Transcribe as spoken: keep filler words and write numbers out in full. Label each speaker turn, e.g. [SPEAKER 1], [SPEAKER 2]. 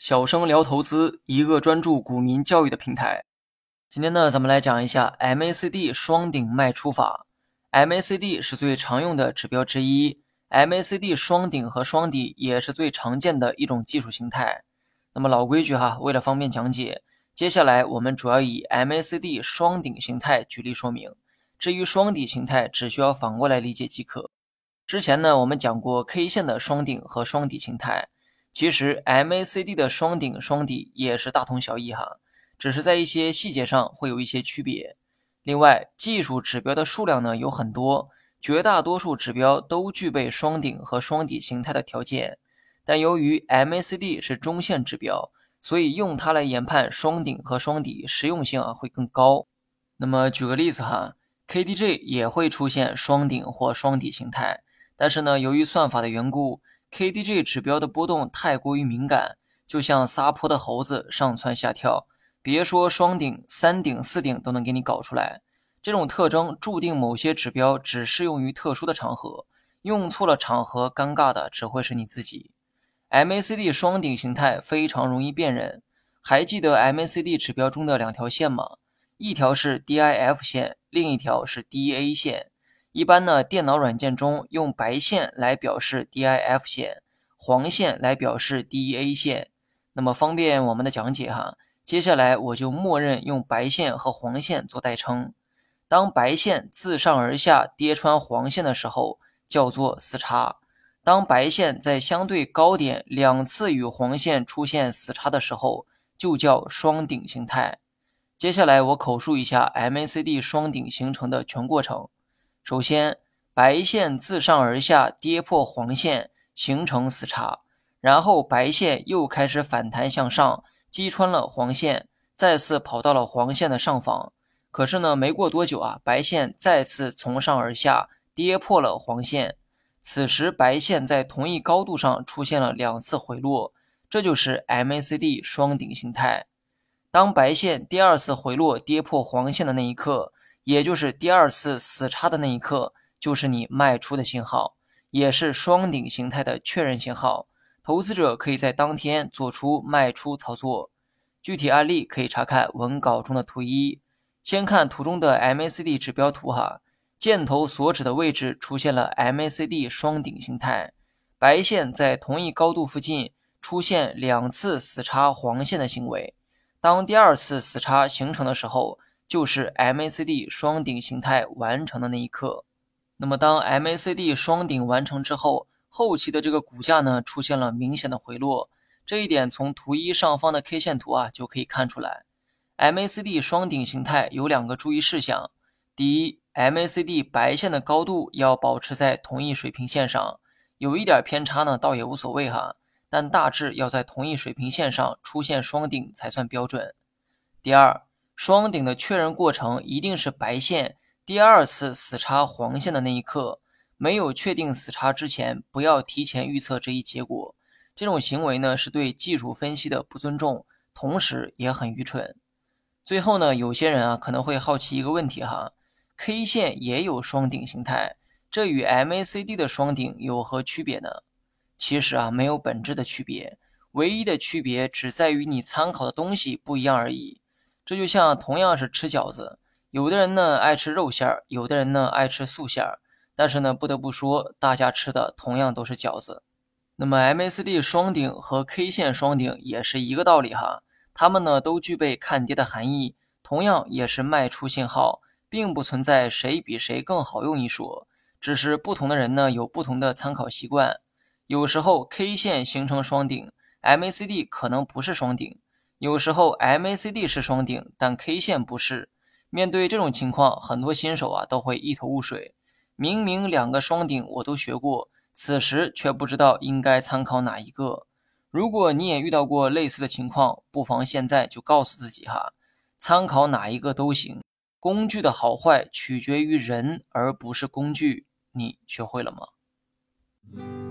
[SPEAKER 1] 小生聊投资，一个专注股民教育的平台。今天呢，咱们来讲一下 M A C D 双顶卖出法。M A C D 是最常用的指标之一 ，M A C D 双顶和双底也是最常见的一种技术形态。那么老规矩哈，为了方便讲解，接下来我们主要以 M A C D 双顶形态举例说明。至于双底形态，只需要反过来理解即可。之前呢，我们讲过 K 线的双顶和双底形态。其实 M A C D 的双顶双底也是大同小异哈，只是在一些细节上会有一些区别。另外，技术指标的数量呢有很多，绝大多数指标都具备双顶和双底形态的条件，但由于 M A C D 是中线指标，所以用它来研判双顶和双底实用性啊会更高。那么举个例子哈 ，K D J 也会出现双顶或双底形态，但是呢，由于算法的缘故，K D J 指标的波动太过于敏感，就像撒泼的猴子上蹿下跳，别说双顶、三顶、四顶都能给你搞出来。这种特征注定某些指标只适用于特殊的场合，用错了场合，尴尬的只会是你自己。M A C D 双顶形态非常容易辨认，还记得 M A C D 指标中的两条线吗？一条是 D I F 线，另一条是 D A 线。一般呢，电脑软件中用白线来表示 D I F 线，黄线来表示 D A 线。那么方便我们的讲解哈，接下来我就默认用白线和黄线做代称。当白线自上而下跌穿黄线的时候，叫做死叉。当白线在相对高点两次与黄线出现死叉的时候，就叫双顶形态。接下来我口述一下 M A C D 双顶形成的全过程。首先，白线自上而下跌破黄线，形成死叉，然后白线又开始反弹向上，击穿了黄线，再次跑到了黄线的上方。可是呢，没过多久啊，白线再次从上而下跌破了黄线，此时白线在同一高度上出现了两次回落，这就是 M A C D 双顶形态。当白线第二次回落跌破黄线的那一刻，也就是第二次死叉的那一刻，就是你卖出的信号，也是双顶形态的确认信号。投资者可以在当天做出卖出操作。具体案例可以查看文稿中的图一。先看图中的 M A C D 指标图哈，箭头所指的位置出现了 M A C D 双顶形态，白线在同一高度附近出现两次死叉黄线的行为。当第二次死叉形成的时候，就是 M A C D 双顶形态完成的那一刻。那么当 M A C D 双顶完成之后，后期的这个股价呢出现了明显的回落，这一点从图一上方的 K 线图啊就可以看出来。M A C D 双顶形态有两个注意事项。第一， M A C D 白线的高度要保持在同一水平线上，有一点偏差呢倒也无所谓哈，但大致要在同一水平线上出现双顶才算标准。第二，双顶的确认过程一定是白线第二次死叉黄线的那一刻，没有确定死叉之前，不要提前预测这一结果。这种行为呢，是对技术分析的不尊重，同时也很愚蠢。最后呢，有些人啊可能会好奇一个问题哈 ，K 线也有双顶形态，这与 M A C D 的双顶有何区别呢？其实啊，没有本质的区别，唯一的区别只在于你参考的东西不一样而已。这就像同样是吃饺子，有的人呢爱吃肉馅儿，有的人呢爱吃素馅儿，但是呢不得不说，大家吃的同样都是饺子。那么 M A C D 双顶和 K 线双顶也是一个道理哈，它们呢都具备看跌的含义，同样也是卖出信号，并不存在谁比谁更好用一说，只是不同的人呢有不同的参考习惯。有时候 K 线形成双顶， M A C D 可能不是双顶。有时候 M A C D 是双顶，但 K 线不是。面对这种情况，很多新手啊都会一头雾水。明明两个双顶我都学过，此时却不知道应该参考哪一个。如果你也遇到过类似的情况，不妨现在就告诉自己哈，参考哪一个都行。工具的好坏取决于人，而不是工具。你学会了吗？